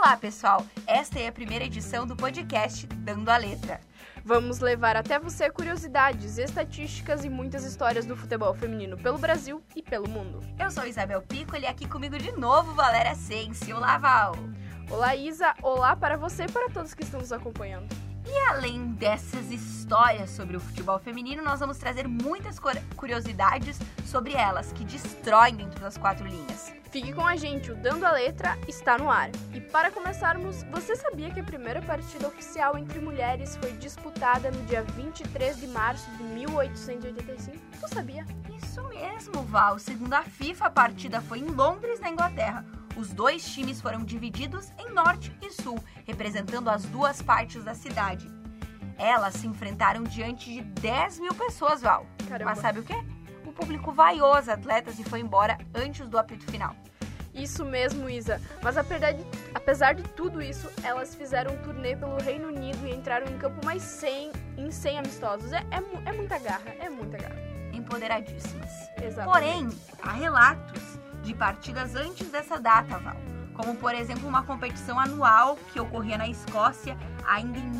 Olá, pessoal! Esta é a primeira edição do podcast Dando a Letra. Vamos levar até você curiosidades, estatísticas e muitas histórias do futebol feminino pelo Brasil e pelo mundo. Eu sou Isabel Piccoli e aqui comigo de novo Valéria Sensi. Olá, Val! Olá, Isa! Olá para você e para todos que estão nos acompanhando. E além dessas histórias sobre o futebol feminino, nós vamos trazer muitas curiosidades sobre elas, que destroem dentro das quatro linhas. Fique com a gente, o Dando a Letra está no ar. E para começarmos, você sabia que a primeira partida oficial entre mulheres foi disputada no dia 23 de março de 1885? Tu sabia? Isso mesmo, Val. Segundo a FIFA, a partida foi em Londres, na Inglaterra. Os dois times foram divididos em norte e sul, representando as duas partes da cidade. Elas se enfrentaram diante de 10 mil pessoas, Val. Caramba. Mas sabe o quê? O público vaiou as atletas e foi embora antes do apito final. Isso mesmo, Isa. Mas apesar de tudo isso, elas fizeram um turnê pelo Reino Unido e entraram em campo mais em 100 amistosos. É muita garra, é muita garra. Empoderadíssimas. Exatamente. Porém, há relatos de partidas antes dessa data, Val. Como, por exemplo, uma competição anual que ocorria na Escócia ainda em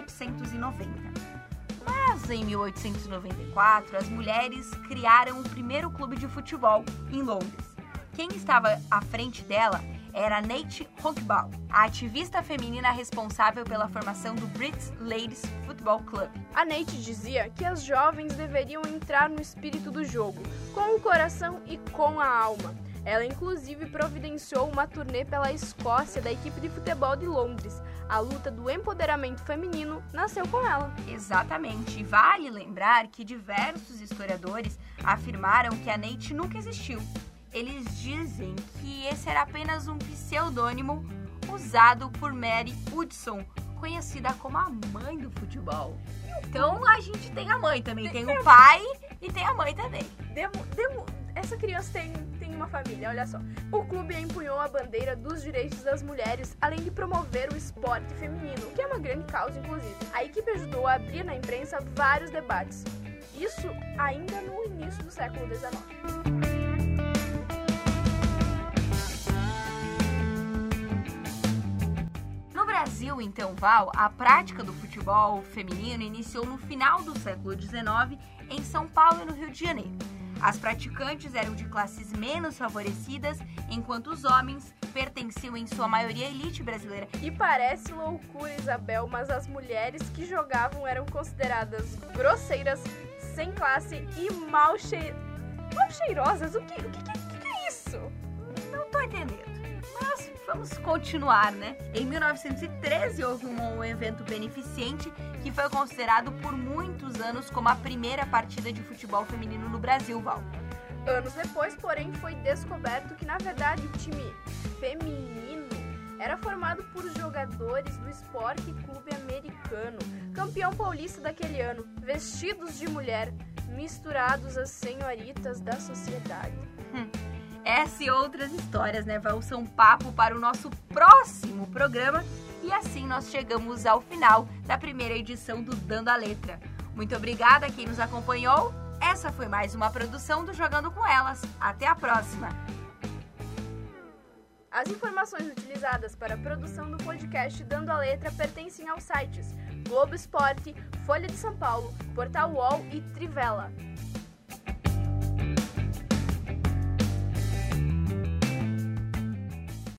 1790. Mas em 1894, as mulheres criaram o primeiro clube de futebol em Londres. Quem estava à frente dela era Nate Hockball, a ativista feminina responsável pela formação do British Ladies Football Club. A Nate dizia que as jovens deveriam entrar no espírito do jogo, com o coração e com a alma. Ela, inclusive, providenciou uma turnê pela Escócia da equipe de futebol de Londres. A luta do empoderamento feminino nasceu com ela. Exatamente. E vale lembrar que diversos historiadores afirmaram que a Nate nunca existiu. Eles dizem que esse era apenas um pseudônimo usado por Mary Hudson, conhecida como a mãe do futebol. Então a gente tem a mãe também, tem o pai e tem a mãe também. Essa criança tem uma família, olha só. O clube empunhou a bandeira dos direitos das mulheres, além de promover o esporte feminino, que é uma grande causa, inclusive. A equipe ajudou a abrir na imprensa vários debates. Isso ainda no início do século XIX. No Brasil, então, Val, a prática do futebol feminino iniciou no final do século XIX em São Paulo e no Rio de Janeiro. As praticantes eram de classes menos favorecidas, enquanto os homens pertenciam em sua maioria à elite brasileira. E parece loucura, Isabel, mas as mulheres que jogavam eram consideradas grosseiras, sem classe e mal cheirosas. O que é isso? Não tô entendendo. Mas vamos continuar, né? Em 1913 houve um evento beneficente que foi considerado por muitos anos como a primeira partida de futebol feminino no Brasil, Val. Anos depois, porém, foi descoberto que, na verdade, o time feminino era formado por jogadores do Esporte Clube Americano, campeão paulista daquele ano, vestidos de mulher, misturados às senhoritas da sociedade. Essa e outras histórias, né, Val, são papo para o nosso próximo programa. E assim nós chegamos ao final da primeira edição do Dando a Letra. Muito obrigada a quem nos acompanhou. Essa foi mais uma produção do Jogando com Elas. Até a próxima! As informações utilizadas para a produção do podcast Dando a Letra pertencem aos sites Globo Esporte, Folha de São Paulo, Portal UOL e Trivela.